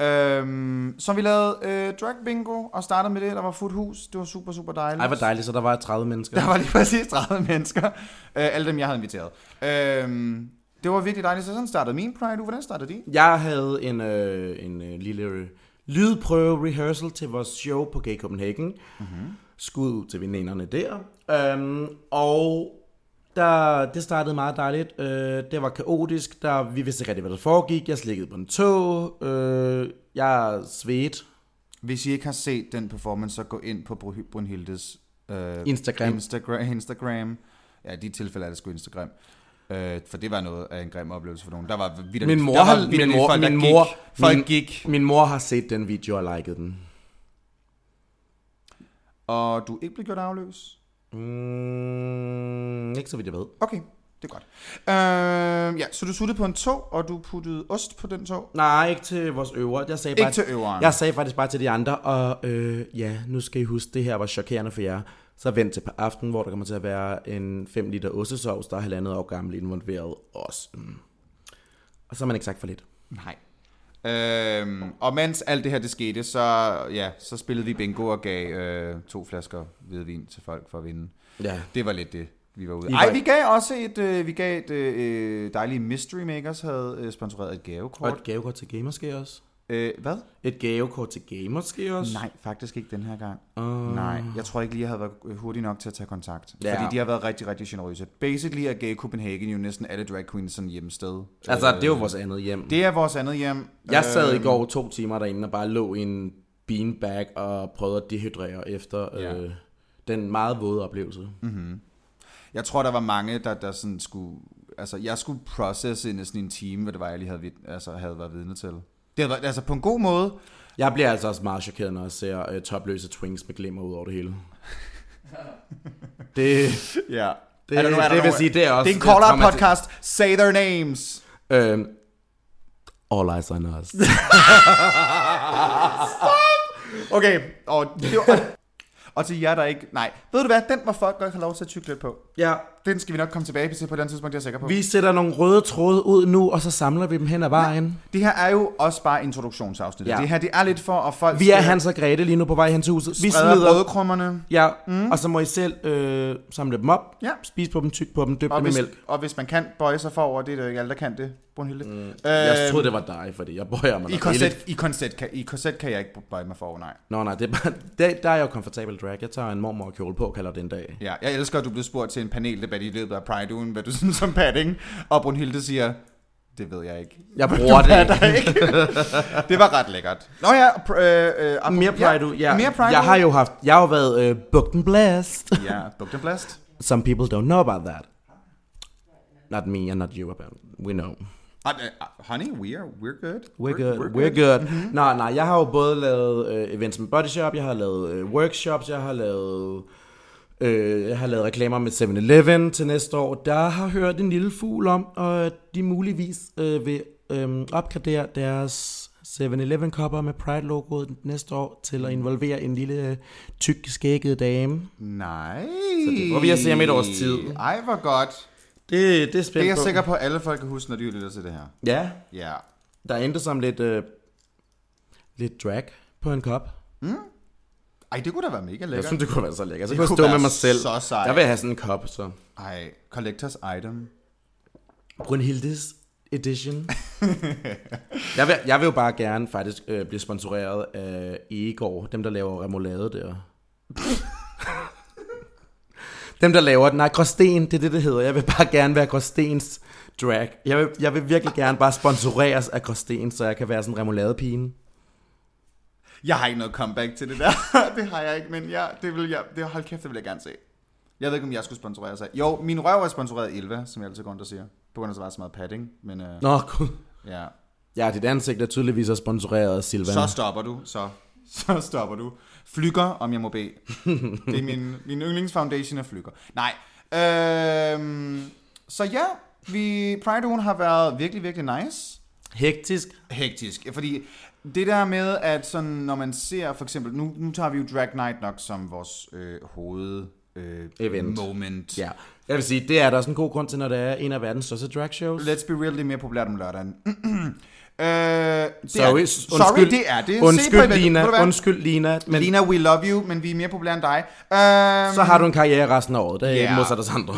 Øhm, så vi lavede øh, drag bingo og startede med det. Der var fuldt hus. Det var super, super dejligt. Ej, hvor dejligt, så der var tredive mennesker. Der var lige præcis tredive mennesker. Øh, alle dem, jeg havde inviteret. Øhm, det var virkelig dejligt. Så sådan startede min Pride. Hvordan startede de? Jeg havde en, øh, en øh, lille lydprøve rehearsal til vores show på Gay Copenhagen. Mm-hmm. Skud ud til veninderne der. Øhm, og der, det startede meget dejligt. Øh, det var kaotisk. Der, vi vidste ikke rigtig, hvad der foregik. Jeg slikkede på en tog. Øh, jeg svedte. Hvis I ikke har set den performance, så gå ind på Brunhildes øh, Instagram. Instagram. Instagram. Ja, i de tilfælde er det sgu Instagram. Øh, for det var noget af en grim oplevelse for nogen. Der var vidt, Min mor der har, var min mor, folk, min gik, mor, folk min, gik. Min mor har set den video og liket den. Og du er ikke blevet gjort afløs? Mm, ikke så vidt jeg ved. Okay, det er godt. Øh, ja, så du suttede på en tog, og du puttede ost på den tog? Nej, ikke til vores øvre. Jeg sagde Ikke bare, til øveren? Jeg sagde faktisk bare til de andre, og øh, ja, nu skal I huske, det her var chokerende for jer. Så vent til på aften, hvor der kommer til at være en fem liter ostesovs, der er halvandet år gammel involveret også. Mm. Og så har man ikke sagt for lidt. Nej. Øhm, og mens alt det her det skete, så, ja, så spillede vi bingo og gav øh, to flasker hvidvin til folk for at vinde. Ja. Det var lidt det, vi var ude. I Ej, var... vi gav også et, øh, vi gav et øh, dejlige Mystery Makers havde øh, sponsoreret et gavekort. Og et gavekort til Gamerske også. Øh, hvad? Et gavekort til Gamerske også. Nej, faktisk ikke den her gang. Uh... Nej, jeg tror ikke lige, jeg havde været hurtig nok til at tage kontakt. Ja. Fordi de har været rigtig, rigtig generøse. Basically er Gay Copenhagen jo næsten alle drag queens sådan hjemmested. Altså, det er jo vores andet hjem. Det er vores andet hjem. Jeg sad Øh, i går to timer derinde og bare lå i en beanbag og prøvede at dehydrere efter Ja. øh, den meget våde oplevelse. Mm-hmm. Jeg tror, der var mange, der, der sådan skulle... Altså, jeg skulle processe ind i sådan en time, hvad det var, jeg lige havde, vid- altså, havde været vidne til. Det havde været, altså på en god måde. Jeg bliver altså også meget chokeret, når jeg ser øh, topløse twinks med glimmer ud over det hele. det, Ja. det, er der, det, det vil sige, det er også... Det er en call-out podcast. Say their names. Øhm, all eyes on us. Okay, og, det var, og til jer, der ikke... Nej, ved du hvad? Den må folk godt have lov til at tykke lidt på. Ja, Den skal vi nok komme tilbage til på den tidspunkt, jeg er sikker på. vi sætter nogle røde tråde ud nu, og så samler vi dem hen ad vejen. Det her er jo også bare introduktionsafsnittet. Ja. Det her, det er lidt for, at folk Vi er Hans og Grete lige nu på vej hen til huset. Vi spreder smider... brødkrummerne. Ja, mm. og så må I selv øh, samle dem op, Ja. spise på dem, tyk på dem, døb Og dem i hvis, mælk. og hvis man kan bøje sig forover, det er det jo ikke alle, der kan det, Brunhilde. Mm. Øh, Jeg troede, det var dig, fordi jeg bøjer mig. I nok korset, rigeligt. i, korset kan, I korset kan jeg ikke bøje mig forover, nej. Nå nej, det er bare, der, der er jeg jo komfortabel drag. Jeg tager en mormor kjole på og kalder det en dag. Ja, jeg elsker, at du blev spurgt til en paneldebat i løbet af Pride-ugen, hvad du synes som padding, og Brunhilde siger, det ved jeg ikke. Jeg bruger det ikke. ikke. Det var ret lækkert. Nå ja, pr- øh, øh, Mere Pride, ja, ja. Mere Pride. Jeg har jo haft, jeg har jo været uh, booked and blessed. Ja, booked and blessed. Some people don't know about that. Not me and not you, about we know. Uh, uh, honey, we are, we're good. We're good, we're, we're good. Mm-hmm. Nej, nej, jeg har jo både lavet uh, events med Body Shop, jeg har lavet uh, workshops, jeg har lavet Øh, jeg har lavet reklamer med seven eleven til næste år. Der har hørt en lille fugl om, og de muligvis øh, vil øh, opgradere deres seven eleven kopper med Pride-logoet næste år til at involvere en lille tyk skægget dame. Nej. Så det får vi at se om et års tid. Ej, hvor godt. Det, det er spændt Det er jeg på. sikker på, at alle folk kan huske, når de lytter til det her. Ja, Ja. der endte som lidt, øh, lidt drag på en kop. Ej, det kunne da være mega lækkert. Jeg synes, det kunne være så lækkert. Så Det kunne jeg kunne stå være med mig selv. så sejt. Jeg vil have sådan en kop, så. Ej, collectors item. Brunhildes edition. jeg, vil, jeg vil jo bare gerne faktisk øh, blive sponsoreret af Egor, dem der laver remoulade der. Dem der laver den. Nej, Gråsten, det er det, det hedder. Jeg vil bare gerne være Gråstens drag. Jeg vil, jeg vil virkelig gerne bare sponsoreres af Gråsten, så jeg kan være sådan en remouladepige. Jeg har ikke noget comeback til det der. Det har jeg ikke, men ja, det vil jeg, det, hold kæft, det vil jeg gerne se. Jeg ved ikke, om jeg skulle sponsorere sig. Jo, min røv er sponsoreret af Ilva, som jeg altid går rundt og siger. På grund af, så var så meget padding, men... Øh, Nå, gud. ja. Ja, dit ansigt er tydeligvis er sponsoreret af Silvan. Så stopper du, så. Så stopper du. Flygger, om jeg må bede. Det er min, min yndlingsfoundation af Flygger. Nej. Øhm, så ja, vi, Pride-ugen har været virkelig, virkelig nice. Hektisk. Hektisk, fordi det der med, at sådan, når man ser for eksempel, nu, nu tager vi jo Drag Night nok som vores øh, hoved øh, Event. moment. Ja, jeg vil sige, det er der også en god grund til, når det er en af verdens største drag shows. Let's be real, det er mere populært om lørdagen. øh, det Sorry, er, sorry, det er det. Undskyld, Se på Lina, event. undskyld, Lina. Men Lina, we love you, men vi er mere populære end dig. Um, så har du en karriere resten af året. Det er Ja. yeah. modsat os andre.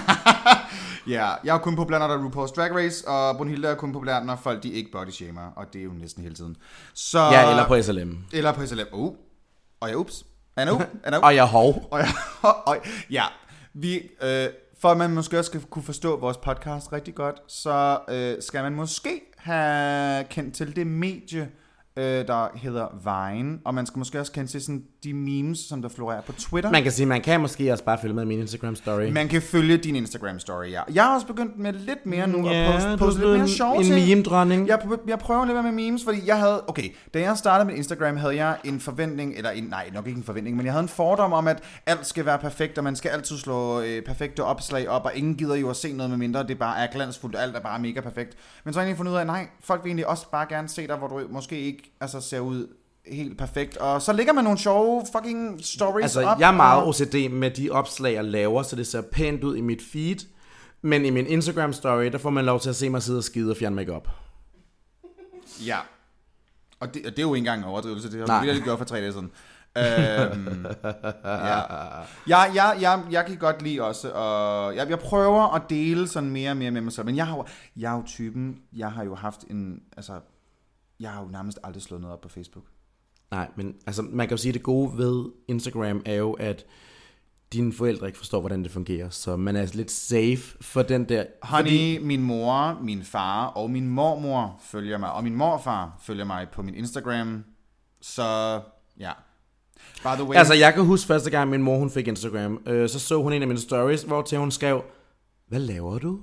Ja, jeg er kun populær, når der er RuPaul's Drag Race, og Brunhilde er kun populær, når folk de ikke body shamer, og det er jo næsten hele tiden. Så, Ja, eller på S L M. Eller på S L M. Oh. Og ja, ups. And oh, and oh. Og jeg hov. Og ja, og, ja. Vi, øh, for at man måske også skal kunne forstå vores podcast rigtig godt, så øh, skal man måske have kendt til det medie, øh, der hedder Vine, og man skal måske også kende til sådan de memes, som der florerer på Twitter. Man kan sige, man kan måske også bare følge med i min Instagram story. Man kan følge din Instagram story, ja. Jeg har også begyndt med lidt mere nu Ja, at poste, du poste er lidt mere en- sjove en ting. meme-dronning. Jeg, prø- jeg prøver lidt med memes, fordi jeg havde, okay, da jeg startede med Instagram, havde jeg en forventning, eller en, nej, nok ikke en forventning, men jeg havde en fordom om, at alt skal være perfekt, og man skal altid slå øh, perfekte opslag op, og ingen gider jo at se noget med mindre, det bare er glansfuldt, og alt er bare mega perfekt. Men så har jeg egentlig fundet ud af, nej, folk vil egentlig også bare gerne se dig, hvor du måske ikke altså, ser ud helt perfekt, og så ligger man nogle sjove fucking stories Altså, op. jeg er meget og- O C D med de opslag, jeg laver, så det ser pænt ud i mit feed. Men i min Instagram story, der får man lov til at se mig sidde og skide og fjerne makeup. Ja. Og det, og det er jo ikke engang en overdrivelse, det har Nej. vi virkelig gjort for tre dage siden. øhm, ja. Jeg, jeg, jeg, jeg kan godt lide også, og jeg, jeg prøver at dele sådan mere og mere med mig selv, men jeg har jo, jeg er jo typen, jeg har jo haft en, altså, jeg har jo nærmest aldrig slået noget op på Facebook. Nej, men altså, man kan jo sige, at det gode ved Instagram er jo, at dine forældre ikke forstår, hvordan det fungerer. Så man er lidt safe for den der... Honey, fordi... min mor, min far og min mormor følger mig, og min morfar følger mig på min Instagram, så ja. By the way, Altså, jeg kan huske første gang, min mor hun fik Instagram, øh, så så hun en af mine stories, hvor til hun skrev, hvad laver du?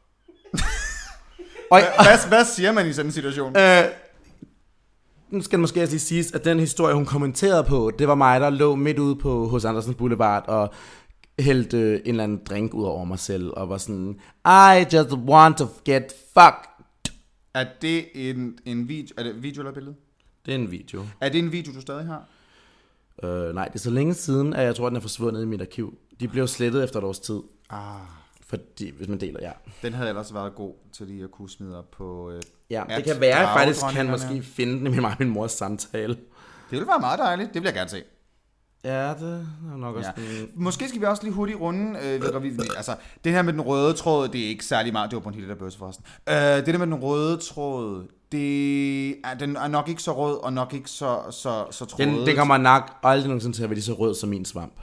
og, hvad, hvad siger man i sådan en situation? øh, nu skal det måske også lige siges, at den historie, hun kommenterede på, det var mig, der lå midt ude på hos Andersen Boulevard og hældte øh, en eller anden drink ud over mig selv, og var sådan, I just want to get fucked. Er det en, en video, er det video eller billede? Det er en video. Er det en video, du stadig har? Øh, nej, det er så længe siden, at jeg tror, at den er forsvundet i mit arkiv. De blev slettet efter et års tid. Ah, Fordi, hvis man deler, ja. den havde ellers været god til lige at kunne smide op på... Øh, Ja, det at kan være, at jeg faktisk kan dragdronningerne. måske finde den i min, min mors samtale. Det ville være meget dejligt, det vil jeg gerne se. Ja, det er nok også Ja. ja. Måske skal vi også lige hurtigt runde, øh, ved, vi, altså, det her med den røde tråd, det er ikke særlig meget, det var på en lille der bøsse forresten. Øh, det der med den røde tråd, det er, den er nok ikke så rød, og nok ikke så, så, så trådet. Den, det kommer nok aldrig nogensinde til at være lige så rød som min svamp.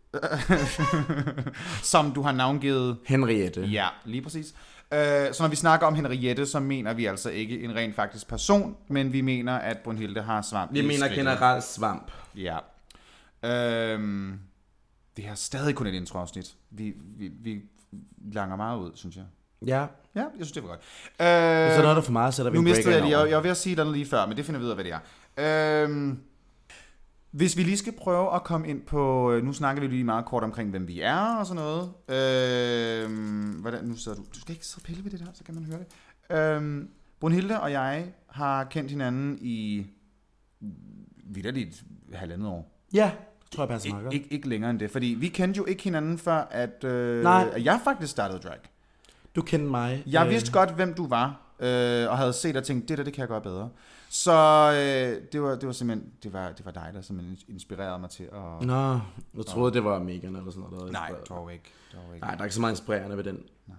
Som du har navngivet. Henriette. Ja, lige præcis. Øh, så når vi snakker om Henriette, så mener vi altså ikke en rent faktisk person, men vi mener, at Brunhilde har svamp Vi i mener skridtet. generelt svamp. Ja. Øhm, det er stadig kun et introafsnit. Vi, vi, vi langer meget ud, synes jeg. Ja, Ja, jeg synes, det var godt. hvis der er Øh, noget, der for meget, sætter vi nu en break mistede jeg ind lige. over. Jeg, jeg var ved at sige noget lige før, men det finder vi ud af, hvad det er. Øhm, Hvis vi lige skal prøve at komme ind på, nu snakker vi lige meget kort omkring, hvem vi er og sådan noget. Øh, hvordan, nu sidder du, du skal ikke sidde og pille ved det der, så kan man høre det. Øh, Brunhilde og jeg har kendt hinanden i vitterligt halvandet år. Ja, tror jeg passer meget godt. Ikke, ikke længere end det, fordi vi kendte jo ikke hinanden før, at, øh, Nej. at jeg faktisk startede drag. Du kendte mig. Jeg øh, vidste godt, hvem du var, øh, og havde set og tænkt, det der, det kan jeg gøre bedre. Så øh, det, var, det var simpelthen, det var, det var dig, der simpelthen inspirerede mig til at... Nå, jeg troede, det var Megan eller sådan noget. Der Nej, inspirerede. dog ikke, dog ikke. Nej, der er ikke så meget inspirerende ved den. Nej.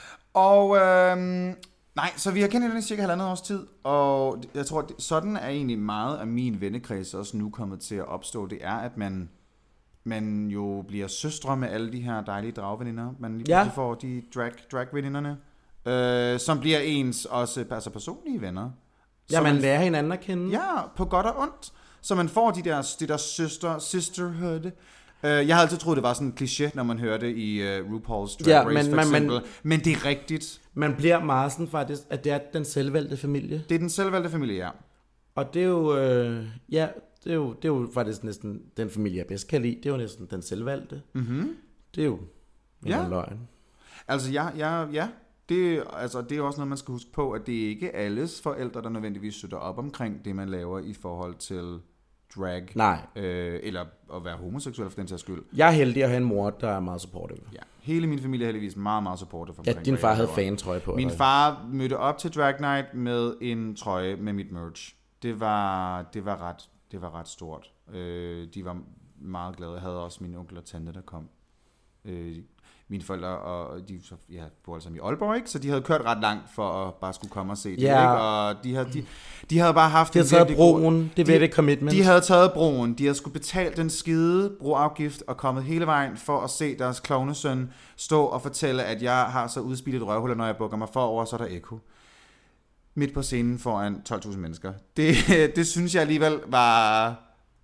Og øh, nej, så vi har kendt hinanden i cirka halvandet års tid, og jeg tror, det, sådan er egentlig meget af min vennekreds også nu kommet til at opstå. Det er, at man, man jo bliver søstre med alle de her dejlige dragveninder. Man lige Ja. får de drag, dragveninderne, øh, som bliver ens også altså personlige venner. Ja, Så man lærer hinanden at kende. Ja, på godt og ondt. Så man får de der, de der søster, sisterhood. Uh, jeg har altid troet, det var sådan en kliché, når man hører det i uh, RuPaul's Drag Ja, Race, men- for men- eksempel. men- Men det er rigtigt. Man bliver meget sådan faktisk, at det er den selvvalgte familie. Det er den selvvalgte familie, ja. Og det er jo, øh, ja, det er jo, det er jo faktisk næsten den familie, jeg bedst kan lide. Det er jo næsten den selvvalgte. Mm-hmm. Det er jo Ja. en løgn. Altså, ja, ja, ja. Det, altså, det er også noget, man skal huske på, at det er ikke alles forældre, der nødvendigvis støtter op omkring det, man laver i forhold til drag. Nej. Øh, eller at være homoseksuel for den sags skyld. Jeg er heldig at have en mor, der er meget supportive. Ja. Hele min familie er heldigvis meget, meget supportive. Ja, omkring, din hvad far jeg havde laver. fantrøje på. Min eller? far mødte op til Drag Night med en trøje med mit merch. Det var, det var, ret, det var ret stort. Øh, de var meget glade. Jeg havde også min onkel og tante, der kom. Øh, mine forældre, og de så, ja, bor altså i Aalborg, ikke? Så de havde kørt ret langt for at bare skulle komme og se det. Ja. Ikke? Og de havde, de, de havde bare haft... De havde en taget virkelig god- broen, det er virkelig commitment. De havde taget broen. De havde skulle betale den skide broafgift og kommet hele vejen for at se deres klovnesøn stå og fortælle, at jeg har så udspillet røvhuller, når jeg bukker mig forover, så er der ekko. Midt på scenen foran tolv tusind mennesker. Det, det synes jeg alligevel var...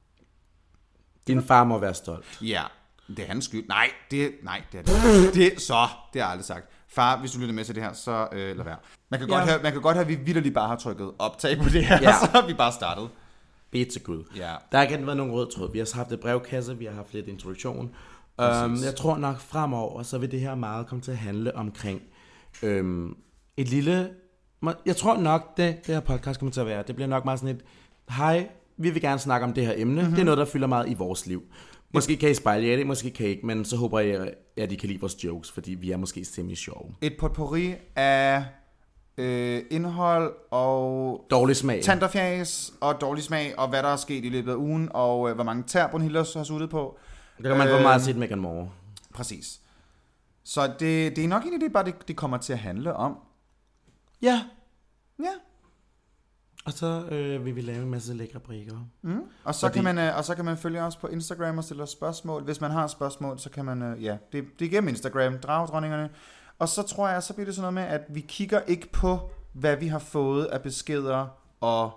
Din far må være stolt. Ja, det er hans skyld. Nej, det, nej, det er det. det så, det har jeg aldrig sagt. Far, hvis du lytter med til det her, så øh, lad være. Man kan, Ja. godt høre, man kan godt høre, at vi vitterligt bare har trykket optag på det her, Ja. ja. så har vi bare startet. Be til Gud. Ja. Der har ikke været nogen rød tråd. Vi har haft et brevkasse, vi har haft lidt introduktion. Um, jeg tror nok fremover, så vil det her meget komme til at handle omkring um, et lille... Jeg tror nok, det, det her podcast kommer til at være. Det bliver nok meget sådan et, hej, vi vil gerne snakke om det her emne. Mm-hmm. Det er noget, der fylder meget i vores liv. Måske kan I spejle jer det, måske kan I ikke, men så håber jeg, at I kan lide vores jokes, fordi vi er måske semi-sjove. Et potpourri af øh, indhold og Dårlig smag. tanterfjas og dårlig smag, og hvad der er sket i løbet af ugen, og øh, hvor mange tær Brunhilde har suttet på. Der kan man få meget set Meghan Moore. Præcis. Så det, det er nok egentlig det, bare det, det kommer til at handle om. Ja. Ja. Og så øh, vil vi lave en masse lækre brikker. Mm. Og, så Fordi- kan man, øh, og så kan man følge os på Instagram og stille os spørgsmål. Hvis man har spørgsmål, så kan man, øh, ja, det, det er gennem Instagram, dragdronningerne. Og så tror jeg, så bliver det sådan noget med, at vi kigger ikke på, hvad vi har fået af beskeder og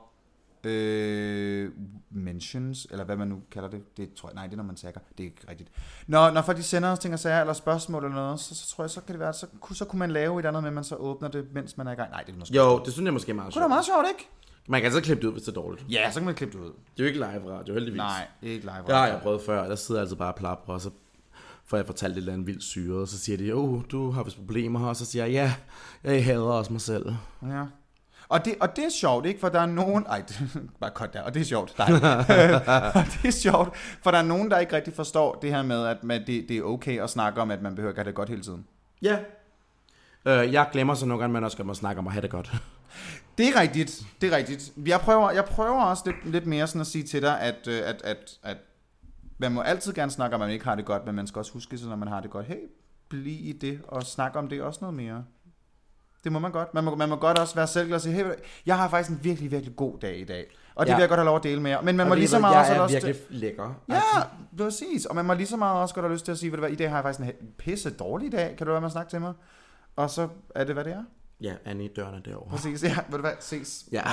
øh, mentions, eller hvad man nu kalder det. Det tror jeg, nej, det er når man tagger. Det er ikke rigtigt. Når, når folk de sender os ting og sager, eller spørgsmål eller noget, så, så tror jeg, så kan det være, så, kunne- så kunne man lave et eller andet med, at man så åbner det, mens man er i gang. Nej, det er måske Jo, det synes jeg måske er meget det sjovt. er meget sjovt, ikke? Man kan altså klippe det ud, hvis det er dårligt. Ja, så kan man klippe det ud. Det er jo ikke live radio, heldigvis. Nej, det er ikke live. Det har jeg prøvet før. Der sidder jeg altså bare og plapper, og så får jeg fortalt et eller andet vildt syret, og så siger de, åh, du har vist problemer, og så siger jeg, ja, jeg hader også mig selv. Ja. Og det, og det er sjovt, ikke? For der er nogen... Ej, bare cut der. Og det er sjovt. Nej. Og det er sjovt, for der er nogen, der ikke rigtig forstår det her med, at man, det, det er okay at snakke om, at man behøver ikke have det godt hele tiden. Ja. Øh, jeg glemmer så nogle gange, man også skal snakke om at have det godt. Det er rigtigt. Det er rigtigt. Jeg prøver, jeg prøver også lidt, lidt mere sådan at sige til dig, at, øh, at, at, at man må altid gerne snakke om, at man ikke har det godt, men man skal også huske sig, når man har det godt. Hey, bliv i det, og snakke om det også noget mere. Det må man godt. Man må, man må godt også være selvglad og sige, hey, jeg har faktisk en virkelig, virkelig god dag i dag. Og det Ja. vil jeg godt have lov at dele med jer. Men man Og må ved lige I så hvad, meget jeg også er have lyst virkelig til... lækker. Ja, præcis. Og man må lige så meget også godt have lyst til at sige, ved du hvad, i dag har jeg faktisk en pisse dårlig dag. Kan du være med at snakke til mig? Og så er det, hvad det er. Ja, Annie, døren er derovre. Præcis, ja. Ved du hvad, ses. Ja.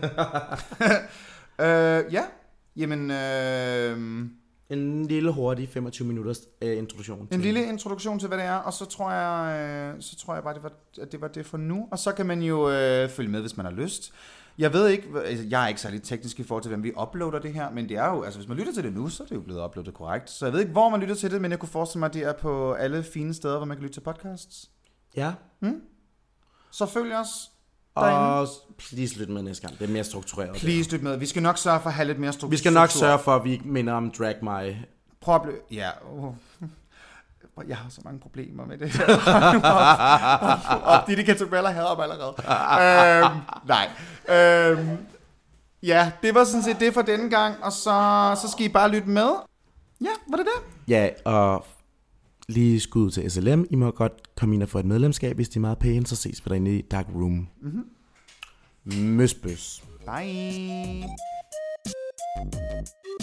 øh, ja, jamen... Øh, En lille hurtig femogtyve minutters øh, introduktion. en til- lille introduktion til, hvad det er, og så tror jeg, øh, så tror jeg bare, det var, at det var det for nu. Og så kan man jo øh, følge med, hvis man har lyst. Jeg ved ikke, altså, jeg er ikke særlig teknisk i forhold til, hvem vi uploader det her, men det er jo, altså hvis man lytter til det nu, så er det jo blevet uploadet korrekt. Så jeg ved ikke, hvor man lytter til det, men jeg kunne forestille mig, at det er på alle fine steder, hvor man kan lytte til podcasts. Ja. Hmm? Så følg os derinde. Og please lyt med næste gang. Det er mere struktureret. Please lyt med. Vi skal nok sørge for at have lidt mere struktur. Vi skal nok sørge for, at vi minder om Drag My. Prøv at blive... Ja, oh. Jeg har så mange problemer med det her. Og Didi Katobella hader mig allerede. øhm, nej. Øhm, ja, det var sådan set det for denne gang. Og så, så skal I bare lytte med. Ja, var det det? Ja, og lige skud til S L M. I må godt komme ind og få et medlemskab, hvis de er meget pæne. Så ses vi derinde i Dark Room. Mm-hmm. Møsbøs. Bye.